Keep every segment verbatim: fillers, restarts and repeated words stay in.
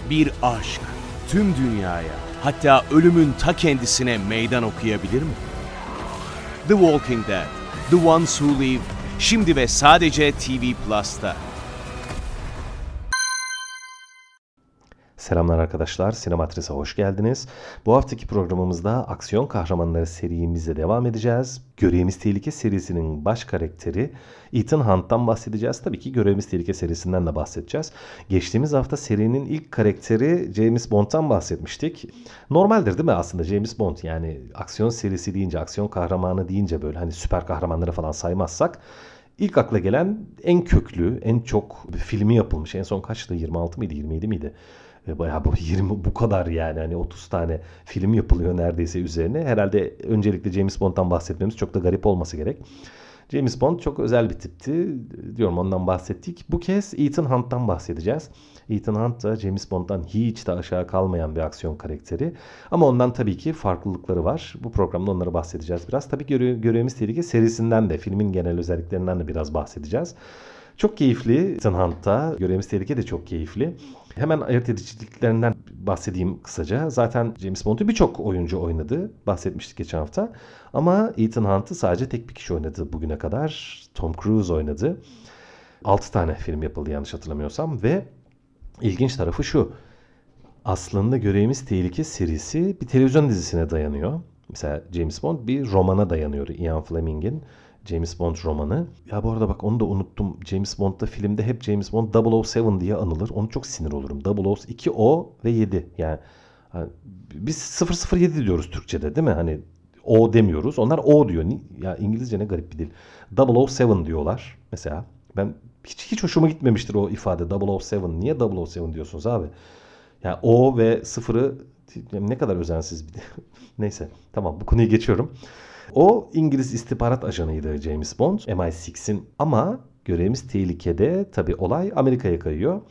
Bir aşk tüm dünyaya, hatta ölümün ta kendisine meydan okuyabilir mi? The Walking Dead, The Ones Who Live, şimdi ve sadece T V Plus'ta. Selamlar arkadaşlar, Sinematris'e hoş geldiniz. Bu haftaki programımızda Aksiyon Kahramanları serimizle devam edeceğiz. Görevimiz Tehlike serisinin baş karakteri Ethan Hunt'tan bahsedeceğiz. Tabii ki Görevimiz Tehlike serisinden de bahsedeceğiz. Geçtiğimiz hafta serinin ilk karakteri James Bond'tan bahsetmiştik. Normaldir değil mi aslında James Bond? Yani aksiyon serisi deyince, aksiyon kahramanı deyince böyle hani süper kahramanları falan saymazsak İlk akla gelen en köklü, en çok filmi yapılmış. En son kaçtı? yirmi altı mıydı, yirmi yedi miydi? Bayağı bu yirmi bu kadar yani hani otuz tane film yapılıyor neredeyse üzerine. Herhalde öncelikle James Bond'dan bahsetmemiz çok da garip olması gerek. James Bond çok özel bir tipti. Diyorum ondan bahsettik. Bu kez Ethan Hunt'tan bahsedeceğiz. Ethan Hunt da James Bond'dan hiç de aşağı kalmayan bir aksiyon karakteri. Ama ondan tabii ki farklılıkları var. Bu programda onları bahsedeceğiz biraz. Tabii göre Görevimiz Tehlike serisinden de, filmin genel özelliklerinden de biraz bahsedeceğiz. Çok keyifli Ethan Hunt'ta. Görevimiz Tehlike de çok keyifli. Hemen ayırt ediciliklerinden bahsedeyim kısaca. Zaten James Bond'u birçok oyuncu oynadı. Bahsetmiştik geçen hafta. Ama Ethan Hunt'ı sadece tek bir kişi oynadı bugüne kadar. Tom Cruise oynadı. altı tane film yapıldı yanlış hatırlamıyorsam. Ve ilginç tarafı şu. Aslında Görevimiz Tehlike serisi bir televizyon dizisine dayanıyor. Mesela James Bond bir romana dayanıyor. Ian Fleming'in James Bond romanı. Ya bu arada bak onu da unuttum. James Bond'da filmde hep James Bond double oh seven diye anılır. Onu çok sinir olurum. double oh iki O ve yedi. Yani hani biz sıfır sıfır yedi diyoruz Türkçe'de değil mi? Hani O demiyoruz. Onlar O diyor. Ya İngilizce ne garip bir dil. double oh seven diyorlar mesela. Ben hiç hiç hoşuma gitmemiştir o ifade double oh seven. Niye double oh seven diyorsunuz abi? Yani O ve sıfırı ne kadar özensiz bir neyse tamam bu konuyu geçiyorum. O İngiliz istihbarat ajanıydı James Bond, M I altının ama Görevimiz Tehlike'de tabii olay Amerika'ya kayıyor.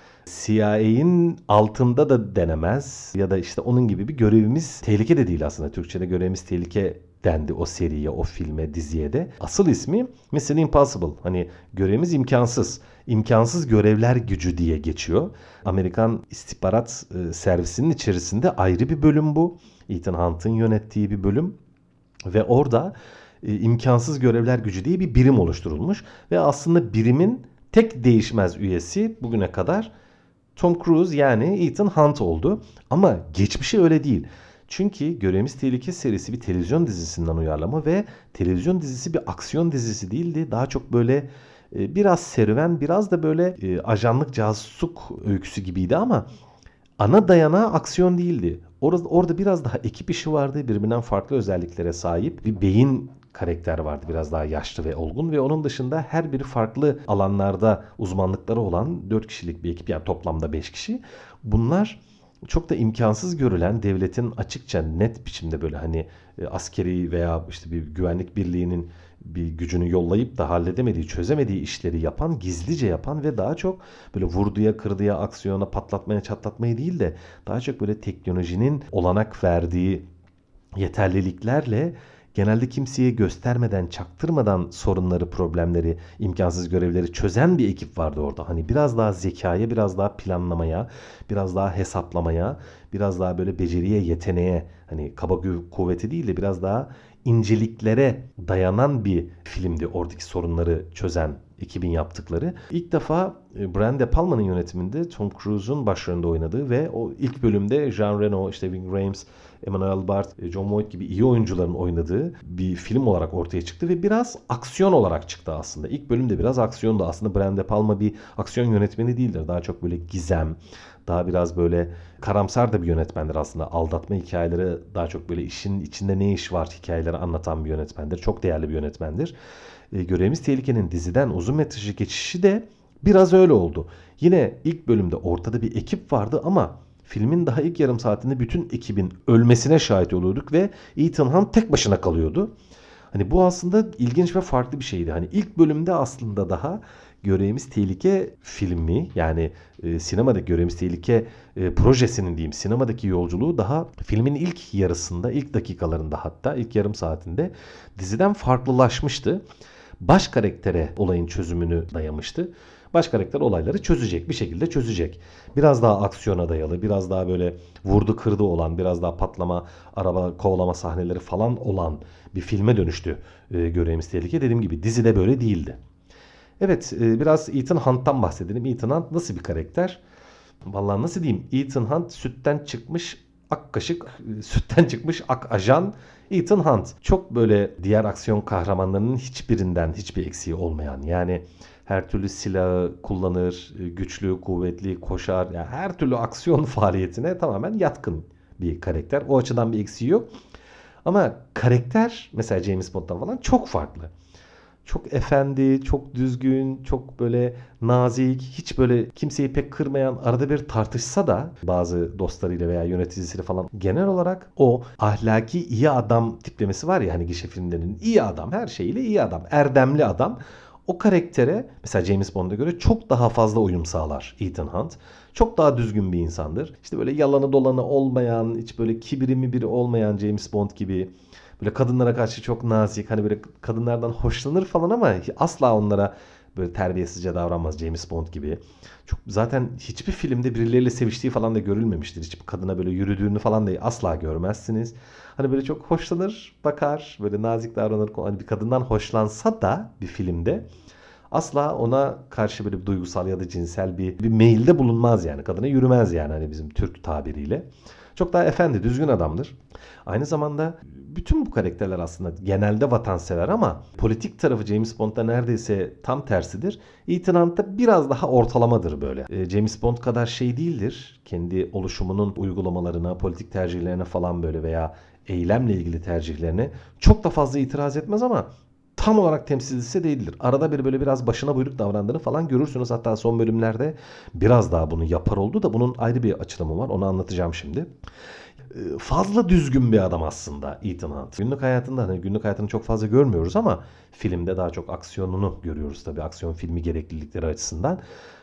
C I A'nin altında da denemez ya da işte onun gibi bir Görevimiz Tehlike de değil aslında. Türkçe'de Görevimiz Tehlike dendi o seriye, o filme, diziye de. Asıl ismi Mission Impossible. Hani görevimiz imkansız. İmkansız görevler gücü diye geçiyor. Amerikan istihbarat servisinin içerisinde ayrı bir bölüm bu. Ethan Hunt'ın yönettiği bir bölüm. Ve orada e, imkansız görevler gücü diye bir birim oluşturulmuş. Ve aslında birimin tek değişmez üyesi bugüne kadar Tom Cruise yani Ethan Hunt oldu. Ama geçmişi öyle değil. Çünkü Görevimiz Tehlike serisi bir televizyon dizisinden uyarlama ve televizyon dizisi bir aksiyon dizisi değildi. Daha çok böyle e, biraz serüven, biraz da böyle e, ajanlık casusluk öyküsü gibiydi ama ana dayanağı aksiyon değildi. Orada, orada biraz daha ekip işi vardı. Birbirinden farklı özelliklere sahip bir beyin karakter vardı. Biraz daha yaşlı ve olgun ve onun dışında her biri farklı alanlarda uzmanlıkları olan dört kişilik bir ekip. Yani toplamda beş kişi. Bunlar çok da imkansız görülen devletin açıkça net biçimde böyle hani askeri veya işte bir güvenlik birliğinin bir gücünü yollayıp da halledemediği, çözemediği işleri yapan, gizlice yapan ve daha çok böyle vurduya, kırdıya, aksiyona, patlatmaya, çatlatmaya değil de daha çok böyle teknolojinin olanak verdiği yeterliliklerle genelde kimseye göstermeden, çaktırmadan sorunları, problemleri, imkansız görevleri çözen bir ekip vardı orada. Hani biraz daha zekaya, biraz daha planlamaya, biraz daha hesaplamaya, biraz daha böyle beceriye, yeteneğe, hani kaba kuvveti değil de biraz daha inceliklere dayanan bir filmdi oradaki sorunları çözen ekibin yaptıkları. İlk defa Brian De Palma'nın yönetiminde Tom Cruise'un başrolünde oynadığı ve o ilk bölümde Jean Reno, işte Ving Rhames, Emmanuel Bart, John Voight gibi iyi oyuncuların oynadığı bir film olarak ortaya çıktı ve biraz aksiyon olarak çıktı aslında. İlk bölümde biraz aksiyondu. Aslında Brian De Palma bir aksiyon yönetmeni değildir. Daha çok böyle gizem, daha biraz böyle karamsar da bir yönetmendir aslında. Aldatma hikayeleri daha çok böyle işin içinde ne iş var hikayeleri anlatan bir yönetmendir. Çok değerli bir yönetmendir. E, Görevimiz Tehlike'nin diziden uzun metrajı geçişi de biraz öyle oldu. Yine ilk bölümde ortada bir ekip vardı ama filmin daha ilk yarım saatinde bütün ekibin ölmesine şahit oluyorduk ve Ethan Hunt tek başına kalıyordu. Hani bu aslında ilginç ve farklı bir şeydi. Hani ilk bölümde aslında daha Görevimiz Tehlike filmi yani e, sinemadaki Görevimiz Tehlike e, projesinin diyeyim sinemadaki yolculuğu daha filmin ilk yarısında, ilk dakikalarında hatta ilk yarım saatinde diziden farklılaşmıştı. Baş karaktere olayın çözümünü dayamıştı. Baş karakter olayları çözecek, bir şekilde çözecek. Biraz daha aksiyona dayalı, biraz daha böyle vurdu kırdı olan, biraz daha patlama, araba kovalama sahneleri falan olan bir filme dönüştü e, Görevimiz Tehlike. Dediğim gibi dizide böyle değildi. Evet, e, biraz Ethan Hunt'tan bahsedelim. Ethan Hunt nasıl bir karakter? Vallahi nasıl diyeyim? Ethan Hunt sütten çıkmış ak kaşık, e, sütten çıkmış ak ajan Ethan Hunt. Çok böyle diğer aksiyon kahramanlarının hiçbirinden hiçbir eksiği olmayan. Yani her türlü silahı kullanır, e, güçlü, kuvvetli, koşar. Yani her türlü aksiyon faaliyetine tamamen yatkın bir karakter. O açıdan bir eksiği yok. Ama karakter mesela James Bond'dan falan çok farklı. Çok efendi, çok düzgün, çok böyle nazik, hiç böyle kimseyi pek kırmayan, arada bir tartışsa da bazı dostlarıyla veya yöneticisiyle falan genel olarak o ahlaki iyi adam tiplemesi var ya hani gişe filmlerinin iyi adam, her şeyiyle iyi adam, erdemli adam. O karaktere mesela James Bond'a göre çok daha fazla uyum sağlar Ethan Hunt. Çok daha düzgün bir insandır. İşte böyle yalanı dolanı olmayan, hiç böyle kibirimi biri olmayan James Bond gibi. Böyle kadınlara karşı çok nazik, hani böyle kadınlardan hoşlanır falan ama asla onlara böyle terbiyesizce davranmaz James Bond gibi. Çok zaten hiçbir filmde birileriyle seviştiği falan da görülmemiştir. Hiçbir kadına böyle yürüdüğünü falan da asla görmezsiniz. Hani böyle çok hoşlanır, bakar, böyle nazik davranır. Hani bir kadından hoşlansa da bir filmde asla ona karşı böyle bir duygusal ya da cinsel bir, bir meyilde bulunmaz yani. Kadına yürümez yani hani bizim Türk tabiriyle. Çok daha efendi, düzgün adamdır. Aynı zamanda bütün bu karakterler aslında genelde vatansever ama politik tarafı James Bond'da neredeyse tam tersidir. Ethan Hunt'ta biraz daha ortalamadır böyle. James Bond kadar şey değildir. Kendi oluşumunun uygulamalarına, politik tercihlerine falan böyle veya eylemle ilgili tercihlerine çok da fazla itiraz etmez ama tam olarak temsilcisi değildir. Arada bir böyle biraz başına buyruk davrandığını falan görürsünüz. Hatta son bölümlerde biraz daha bunu yapar oldu da bunun ayrı bir açılımı var. Onu anlatacağım şimdi. Fazla düzgün bir adam aslında Ethan Hunt. Günlük hayatında hani günlük hayatını çok fazla görmüyoruz ama filmde daha çok aksiyonunu görüyoruz tabii aksiyon filmi gereklilikleri açısından.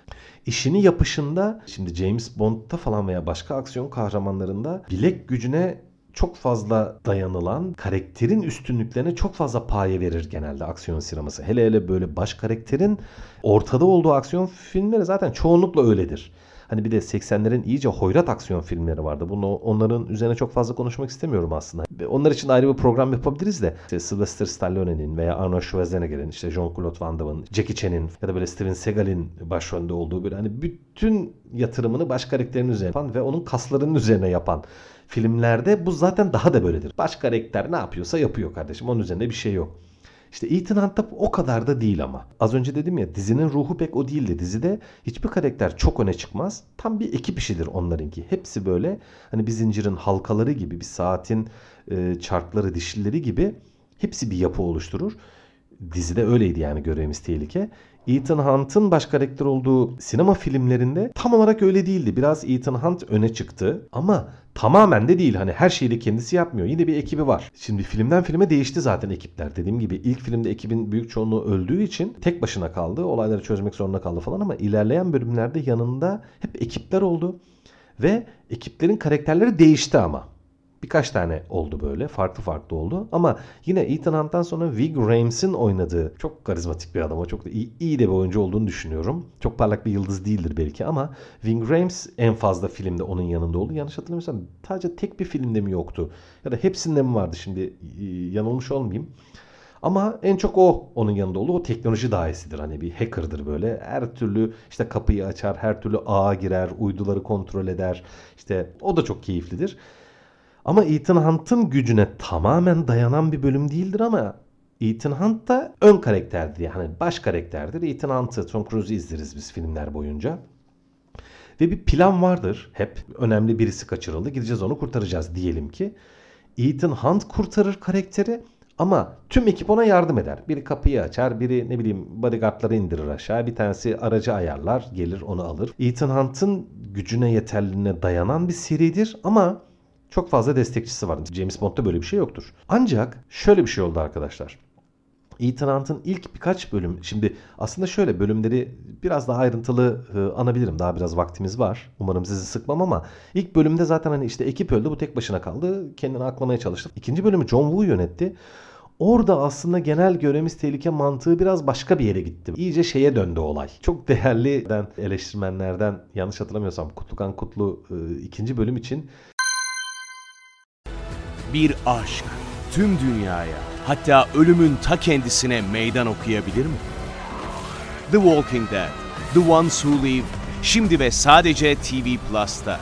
İşini yapışında şimdi James Bond'ta falan veya başka aksiyon kahramanlarında bilek gücüne çok fazla dayanılan, karakterin üstünlüklerine çok fazla paye verir genelde aksiyon sineması. Hele hele böyle baş karakterin ortada olduğu aksiyon filmleri zaten çoğunlukla öyledir. Hani bir de seksenlerin iyice hoyrat aksiyon filmleri vardı. Bunu onların üzerine çok fazla konuşmak istemiyorum aslında. Onlar için ayrı bir program yapabiliriz de. İşte Sylvester Stallone'nin veya Arnold Schwarzenegger'in, işte Jean-Claude Van Damme'ın, Jackie Chan'in ya da böyle Steven Seagal'in başrolünde olduğu böyle hani bütün yatırımını baş karakterin üzerine yapan ve onun kaslarının üzerine yapan filmlerde bu zaten daha da böyledir. Baş karakter ne yapıyorsa yapıyor kardeşim. Onun üzerinde bir şey yok. İşte Ethan Hunt'ta o kadar da değil ama. Az önce dedim ya dizinin ruhu pek o değildi. Dizide hiçbir karakter çok öne çıkmaz. Tam bir ekip işidir onlarınki. Hepsi böyle hani bir zincirin halkaları gibi, bir saatin e, çarkları, dişlileri gibi hepsi bir yapı oluşturur. Dizide öyleydi yani Görevimiz Tehlike. Ethan Hunt'ın baş karakter olduğu sinema filmlerinde tam olarak öyle değildi. Biraz Ethan Hunt öne çıktı ama tamamen de değil. Hani her şeyi de kendisi yapmıyor. Yine bir ekibi var. Şimdi filmden filme değişti zaten ekipler. Dediğim gibi ilk filmde ekibin büyük çoğunluğu öldüğü için tek başına kaldı. Olayları çözmek zorunda kaldı falan ama ilerleyen bölümlerde yanında hep ekipler oldu. Ve ekiplerin karakterleri değişti ama. Birkaç tane oldu böyle. Farklı farklı oldu. Ama yine Ethan Hunt'tan sonra Ving Rhames oynadığı çok karizmatik bir adam. O çok da iyi, iyi de bir oyuncu olduğunu düşünüyorum. Çok parlak bir yıldız değildir belki ama Ving Rhames en fazla filmde onun yanında oldu. Yanlış hatırlamıyorsam sadece tek bir filmde mi yoktu? Ya da hepsinde mi vardı şimdi? Yanılmış olmayayım. Ama en çok o onun yanında oldu. O teknoloji dahisidir. Hani bir hacker'dır böyle. Her türlü işte kapıyı açar, her türlü ağa girer, uyduları kontrol eder. İşte o da çok keyiflidir. Ama Ethan Hunt'ın gücüne tamamen dayanan bir bölüm değildir ama Ethan Hunt da ön karakterdir. Yani baş karakterdir. Ethan Hunt'ı, Tom Cruise'u izleriz biz filmler boyunca. Ve bir plan vardır hep. Önemli birisi kaçırıldı. Gideceğiz onu kurtaracağız diyelim ki. Ethan Hunt kurtarır karakteri ama tüm ekip ona yardım eder. Biri kapıyı açar, biri ne bileyim bodyguardları indirir aşağı. Bir tanesi aracı ayarlar, gelir onu alır. Ethan Hunt'ın gücüne yeterliliğine dayanan bir seridir ama çok fazla destekçisi var. James Bond'da böyle bir şey yoktur. Ancak şöyle bir şey oldu arkadaşlar. Ethan Hunt'ın ilk birkaç bölüm, şimdi aslında şöyle bölümleri biraz daha ayrıntılı e, anabilirim. Daha biraz vaktimiz var. Umarım sizi sıkmam ama ilk bölümde zaten hani işte ekip öldü, bu tek başına kaldı. Kendini aklamaya çalıştı. İkinci bölümü John Woo yönetti. Orada aslında genel görevimiz tehlike mantığı biraz başka bir yere gitti. İyice şeye döndü olay. Çok değerli eleştirmenlerden, yanlış hatırlamıyorsam Kutlukan Kutlu ikinci bölüm için bir aşk tüm dünyaya, hatta ölümün ta kendisine meydan okuyabilir mi? The Walking Dead, The Ones Who Live, şimdi ve sadece T V Plus'ta.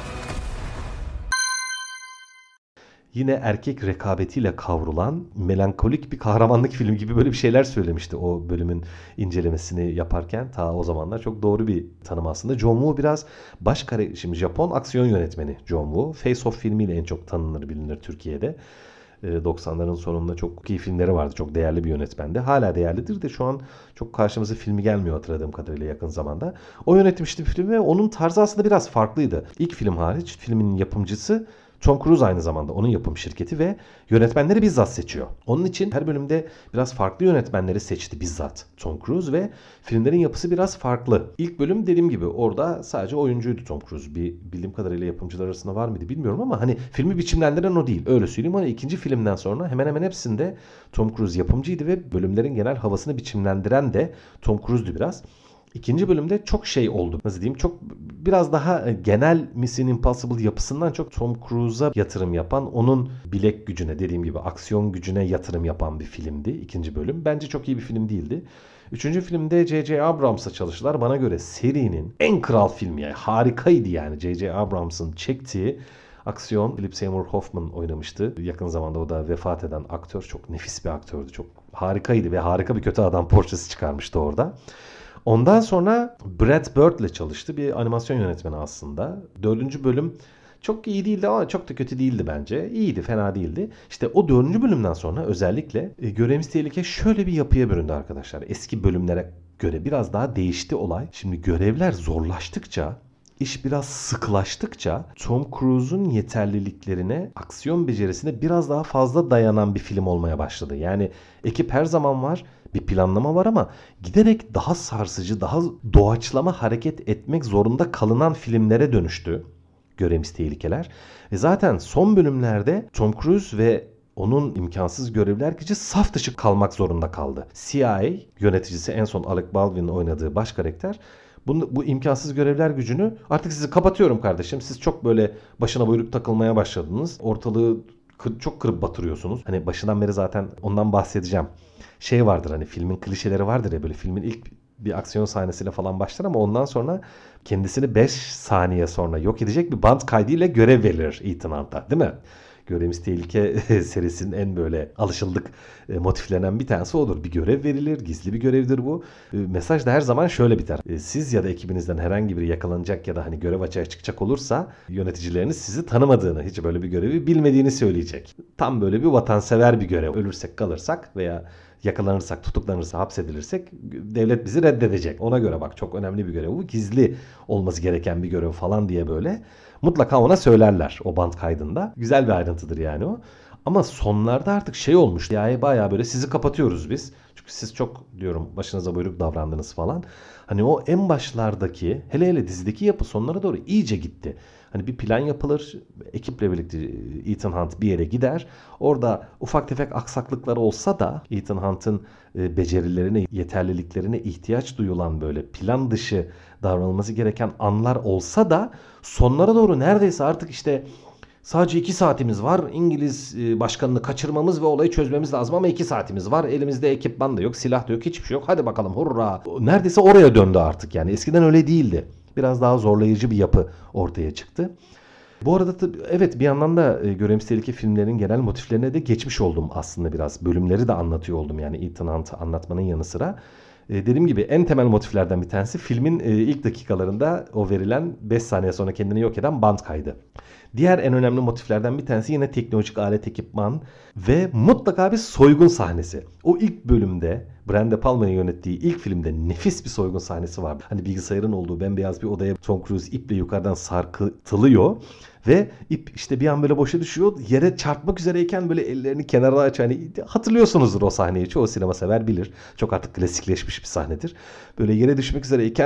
Yine erkek rekabetiyle kavrulan melankolik bir kahramanlık filmi gibi böyle bir şeyler söylemişti o bölümün incelemesini yaparken. Ta o zamanlar çok doğru bir tanım aslında. John Woo biraz baş kare, şimdi Japon aksiyon yönetmeni John Woo. Face Off filmiyle en çok tanınır bilinir Türkiye'de. doksanların sonunda çok iyi filmleri vardı. Çok değerli bir yönetmendi. Hala değerlidir de şu an çok karşımıza filmi gelmiyor hatırladığım kadarıyla yakın zamanda. O yönetmişti filmi ve onun tarzı aslında biraz farklıydı. İlk film hariç filmin yapımcısı Tom Cruise aynı zamanda onun yapım şirketi ve yönetmenleri bizzat seçiyor. Onun için her bölümde biraz farklı yönetmenleri seçti bizzat Tom Cruise ve filmlerin yapısı biraz farklı. İlk bölüm dediğim gibi orada sadece oyuncuydu Tom Cruise. Bir bildiğim kadarıyla yapımcılar arasında var mıydı bilmiyorum ama hani filmi biçimlendiren o değil. Öyle söyleyeyim ama ikinci filmden sonra hemen hemen hepsinde Tom Cruise yapımcıydı ve bölümlerin genel havasını biçimlendiren de Tom Cruise'du biraz. İkinci bölümde çok şey oldu. Nasıl diyeyim? Çok biraz daha genel Mission Impossible yapısından çok Tom Cruise'a yatırım yapan, onun bilek gücüne, dediğim gibi aksiyon gücüne yatırım yapan bir filmdi ikinci bölüm. Bence çok iyi bir film değildi. Üçüncü filmde J J. Abrams'la çalıştılar. Bana göre serinin en kral filmi, yani harikaydı yani. J J. Abrams'ın çektiği aksiyon. Philip Seymour Hoffman oynamıştı. Yakın zamanda o da vefat eden aktör. Çok nefis bir aktördü. Çok harikaydı ve harika bir kötü adam portresi çıkarmıştı orada. Ondan sonra Brad Bird ile çalıştı. Bir animasyon yönetmeni aslında. Dördüncü bölüm çok iyi değildi ama çok da kötü değildi bence. İyiydi, fena değildi. İşte o dördüncü bölümden sonra özellikle e, Görevimiz Tehlike şöyle bir yapıya büründü arkadaşlar. Eski bölümlere göre biraz daha değişti olay. Şimdi görevler zorlaştıkça, İş biraz sıklaştıkça Tom Cruise'un yeterliliklerine, aksiyon becerisine biraz daha fazla dayanan bir film olmaya başladı. Yani ekip her zaman var, bir planlama var ama giderek daha sarsıcı, daha doğaçlama hareket etmek zorunda kalınan filmlere dönüştü Görevimiz Tehlikeler. Ve zaten son bölümlerde Tom Cruise ve onun imkansız görevler gücü saf dışı kalmak zorunda kaldı. C I A yöneticisi, en son Alec Baldwin'in oynadığı baş karakter, Bu, bu imkansız görevler gücünü artık sizi kapatıyorum kardeşim. Siz çok böyle başına buyruk takılmaya başladınız. Ortalığı kır, çok kırıp batırıyorsunuz. Hani başından beri zaten ondan bahsedeceğim. Şey vardır, hani filmin klişeleri vardır ya, böyle filmin ilk bir aksiyon sahnesiyle falan başlar ama ondan sonra kendisini beş saniye sonra yok edecek bir band kaydıyla görev verilir Ethan Hunt'a, değil mi? Görevimiz Tehlike serisinin en böyle alışıldık motiflenen bir tanesi odur. Bir görev verilir. Gizli bir görevdir bu. Mesaj da her zaman şöyle biter. Siz ya da ekibinizden herhangi biri yakalanacak ya da hani görev açığa çıkacak olursa yöneticileriniz sizi tanımadığını, hiç böyle bir görevi bilmediğini söyleyecek. Tam böyle bir vatansever bir görev. Ölürsek kalırsak veya yakalanırsak, tutuklanırsa, hapsedilirsek devlet bizi reddedecek. Ona göre bak, çok önemli bir görev bu. Gizli olması gereken bir görev falan diye böyle mutlaka ona söylerler o band kaydında. Güzel bir ayrıntıdır yani o. Ama sonlarda artık şey olmuş. Yani bayağı böyle sizi kapatıyoruz biz. Çünkü siz çok, diyorum, başınıza buyruk davrandınız falan. Hani o en başlardaki, hele hele dizideki yapı sonlara doğru iyice gitti. Hani bir plan yapılır, ekiple birlikte Ethan Hunt bir yere gider. Orada ufak tefek aksaklıklar olsa da Ethan Hunt'ın e, becerilerine, yeterliliklerine ihtiyaç duyulan böyle plan dışı davranılması gereken anlar olsa da sonlara doğru neredeyse artık işte sadece iki saatimiz var. İngiliz başkanını kaçırmamız ve olayı çözmemiz lazım ama iki saatimiz var. Elimizde ekipman da yok, silah da yok, hiçbir şey yok. Hadi bakalım hurra. Neredeyse oraya döndü artık yani. Eskiden öyle değildi. Biraz daha zorlayıcı bir yapı ortaya çıktı. Bu arada da, evet, bir yandan da e, Görevimiz Tehlike filmlerinin genel motiflerine de geçmiş oldum aslında biraz. Bölümleri de anlatıyor oldum yani Ethan Hunt'ı anlatmanın yanı sıra. E, dediğim gibi en temel motiflerden bir tanesi filmin e, ilk dakikalarında o verilen beş saniye sonra kendini yok eden band kaydı. Diğer en önemli motiflerden bir tanesi yine teknolojik alet, ekipman ve mutlaka bir soygun sahnesi. O ilk bölümde Brian De Palma'nın yönettiği ilk filmde nefis bir soygun sahnesi vardı. Hani bilgisayarın olduğu bembeyaz bir odaya Tom Cruise iple yukarıdan sarkıtılıyor ve ip işte bir an böyle boşa düşüyor. Yere çarpmak üzereyken böyle ellerini kenara aç. Hani hatırlıyorsunuzdur o sahneyi. Çoğu sinema sever bilir. Çok artık klasikleşmiş bir sahnedir. Böyle yere düşmek üzereyken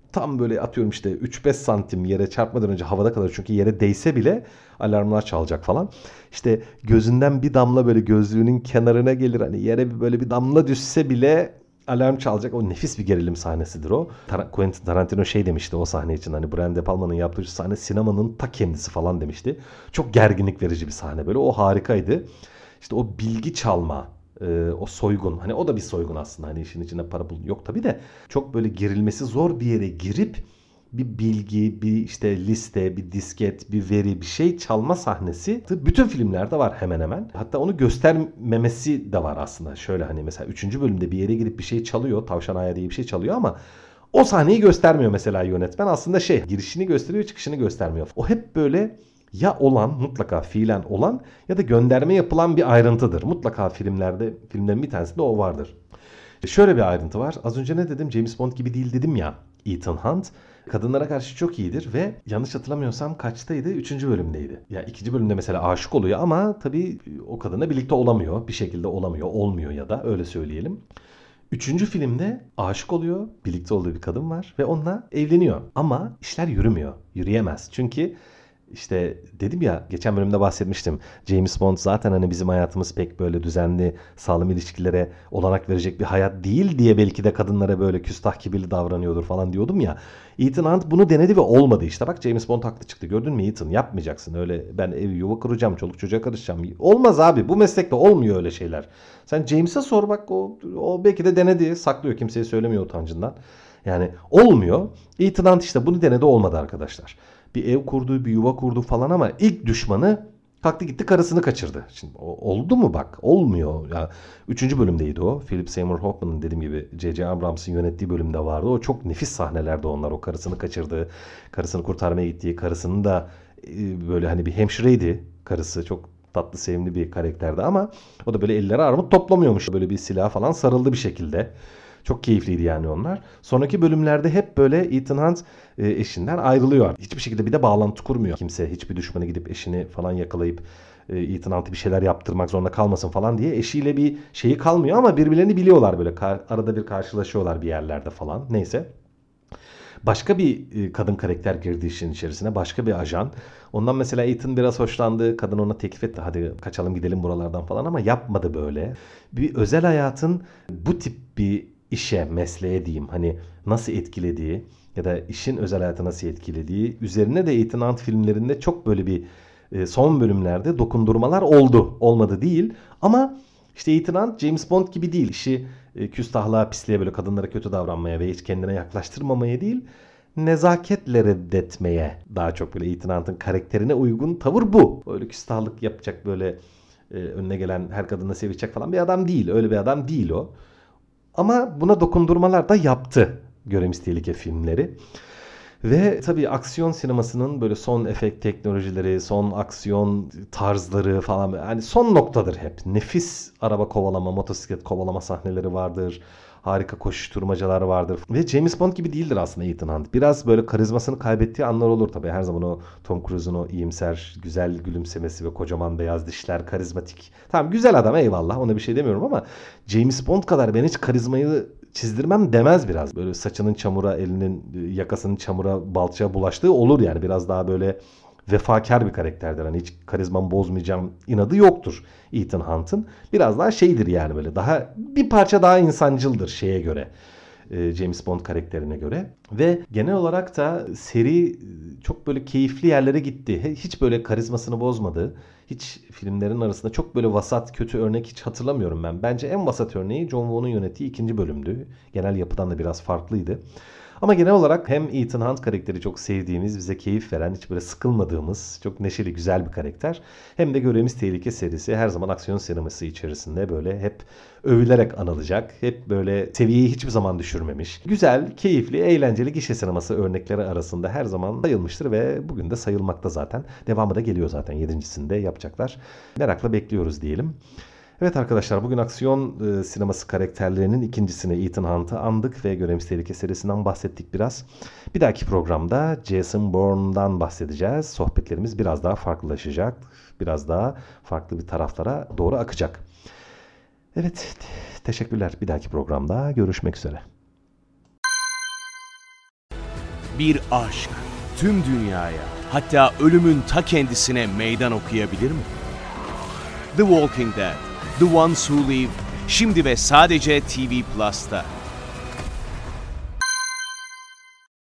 tam böyle atıyorum işte üç beş santim yere çarpmadan önce havada kalır. Çünkü yere değse bile alarmlar çalacak falan. İşte gözünden bir damla böyle gözlüğünün kenarına gelir. Hani yere böyle bir damla düşse bile alarm çalacak. O nefis bir gerilim sahnesidir o. Tar- Quentin Tarantino şey demişti o sahne için. Hani Brian De Palma'nın yaptığı sahne sinemanın ta kendisi falan demişti. Çok gerginlik verici bir sahne böyle. O harikaydı. İşte o bilgi çalma, e, o soygun. Hani o da bir soygun aslında. Hani işin içinde para pul yok tabii de. Çok böyle girilmesi zor bir yere girip bir bilgi, bir işte liste, bir disket, bir veri, bir şey çalma sahnesi bütün filmlerde var hemen hemen. Hatta onu göstermemesi de var aslında. Şöyle hani mesela üçüncü bölümde bir yere girip bir şey çalıyor. Tavşan Aya diye bir şey çalıyor ama o sahneyi göstermiyor mesela yönetmen. Aslında şey, girişini gösteriyor, çıkışını göstermiyor. O hep böyle ya olan, mutlaka fiilen olan ya da gönderme yapılan bir ayrıntıdır. Mutlaka filmlerde, filmlerin bir tanesinde o vardır. Şöyle bir ayrıntı var. Az önce ne dedim? James Bond gibi değil dedim ya. Ethan Hunt kadınlara karşı çok iyidir ve yanlış hatırlamıyorsam kaçtaydı? Üçüncü bölümdeydi. Ya ikinci bölümde mesela aşık oluyor ama tabii o kadınla birlikte olamıyor. Bir şekilde olamıyor. Olmuyor ya da öyle söyleyelim. Üçüncü filmde aşık oluyor. Birlikte olduğu bir kadın var ve onunla evleniyor. Ama işler yürümüyor. Yürüyemez. Çünkü İşte dedim ya, geçen bölümde bahsetmiştim. James Bond zaten hani bizim hayatımız pek böyle düzenli, sağlam ilişkilere olanak verecek bir hayat değil diye belki de kadınlara böyle küstah kibirli davranıyordur falan diyordum ya. Ethan Hunt bunu denedi ve olmadı işte. Bak James Bond haklı çıktı. Gördün mü Ethan? Yapmayacaksın. Öyle ben ev yuva kuracağım, çoluk çocuğa karışacağım. Olmaz abi. Bu meslekte olmuyor öyle şeyler. Sen James'e sor bak, o, o belki de denedi. Saklıyor, kimseye söylemiyor utancından. Yani olmuyor. Ethan Hunt işte bunu denedi, olmadı arkadaşlar. Bir ev kurdu, bir yuva kurdu falan ama ilk düşmanı kalktı gitti karısını kaçırdı. Şimdi oldu mu bak? Olmuyor. Ya, üçüncü bölümdeydi o. Philip Seymour Hoffman'ın dediğim gibi J J Abrams'ın yönettiği bölümde vardı. O çok nefis sahnelerde onlar. O karısını kaçırdı. Karısını kurtarmaya gittiği, karısının da böyle hani bir hemşireydi karısı. Çok tatlı, sevimli bir karakterdi ama o da böyle elleri armut toplamıyormuş. Böyle bir silah falan sarıldı bir şekilde. Çok keyifliydi yani onlar. Sonraki bölümlerde hep böyle Ethan Hunt eşinden ayrılıyor. Hiçbir şekilde bir de bağlantı kurmuyor. Kimse, hiçbir düşmanı gidip eşini falan yakalayıp Ethan Hunt'a bir şeyler yaptırmak zorunda kalmasın falan diye eşiyle bir şeyi kalmıyor ama birbirlerini biliyorlar böyle. Arada bir karşılaşıyorlar bir yerlerde falan. Neyse. Başka bir kadın karakter girdi işin içerisine. Başka bir ajan. Ondan mesela Ethan biraz hoşlandı. Kadın ona teklif etti. Hadi kaçalım gidelim buralardan falan ama yapmadı böyle. Bir özel hayatın bu tip bir işe, mesleğe diyeyim, hani nasıl etkilediği ya da işin özel hayatı nasıl etkilediği üzerine de Ethan Hunt filmlerinde çok böyle bir son bölümlerde dokundurmalar oldu. Olmadı değil ama işte Ethan Hunt James Bond gibi değil. İşi küstahlığa, pisliğe, böyle kadınlara kötü davranmaya ve hiç kendine yaklaştırmamaya değil, nezaketle reddetmeye daha çok böyle Ethan Hunt'ın karakterine uygun tavır bu. Öyle küstahlık yapacak, böyle önüne gelen her kadınla sevişecek falan bir adam değil. Öyle bir adam değil o. Ama buna dokundurmalar da yaptı Görevimiz Tehlike filmleri. Ve tabii aksiyon sinemasının böyle son efekt teknolojileri, son aksiyon tarzları falan hani son noktadır hep. Nefis araba kovalama, motosiklet kovalama sahneleri vardır. Harika koşuşturmacalar vardır. Ve James Bond gibi değildir aslında Ethan Hunt. Biraz böyle karizmasını kaybettiği anlar olur tabii. Her zaman o Tom Cruise'un o iyimser, güzel gülümsemesi ve kocaman beyaz dişler, karizmatik. Tamam, güzel adam, eyvallah, ona bir şey demiyorum ama James Bond kadar ben hiç karizmayı çizdirmem demez biraz. Böyle saçının çamura, elinin yakasının çamura, balçığa bulaştığı olur yani. Biraz daha böyle vefakar bir karakterdir. Hani hiç karizmamı bozmayacağım inadı yoktur Ethan Hunt'ın. Biraz daha şeydir yani, böyle daha bir parça daha insancıldır şeye göre. James Bond karakterine göre. Ve genel olarak da seri çok böyle keyifli yerlere gitti. Hiç böyle karizmasını bozmadı. Hiç filmlerin arasında çok böyle vasat, kötü örnek hiç hatırlamıyorum ben. Bence en vasat örneği John Woo'nun yönettiği ikinci bölümdü. Genel yapıdan da biraz farklıydı. Ama genel olarak hem Ethan Hunt karakteri çok sevdiğimiz, bize keyif veren, hiç böyle sıkılmadığımız, çok neşeli, güzel bir karakter. Hem de Görevimiz Tehlike serisi her zaman aksiyon sineması içerisinde böyle hep övülerek anılacak. Hep böyle seviyeyi hiçbir zaman düşürmemiş. Güzel, keyifli, eğlenceli gişe sineması örnekleri arasında her zaman sayılmıştır ve bugün de sayılmakta zaten. Devamı da geliyor zaten, yedincisinde yapacaklar. Merakla bekliyoruz diyelim. Evet arkadaşlar, bugün aksiyon e, sineması karakterlerinin ikincisini, Ethan Hunt'ı andık ve Görevimiz Tehlike serisinden bahsettik biraz. Bir dahaki programda Jason Bourne'dan bahsedeceğiz. Sohbetlerimiz biraz daha farklılaşacak. Biraz daha farklı bir taraflara doğru akacak. Evet, teşekkürler. Bir dahaki programda görüşmek üzere. Bir aşk tüm dünyaya, hatta ölümün ta kendisine meydan okuyabilir mi? The Walking Dead, The Ones Who Live, şimdi ve sadece T V Plus'ta.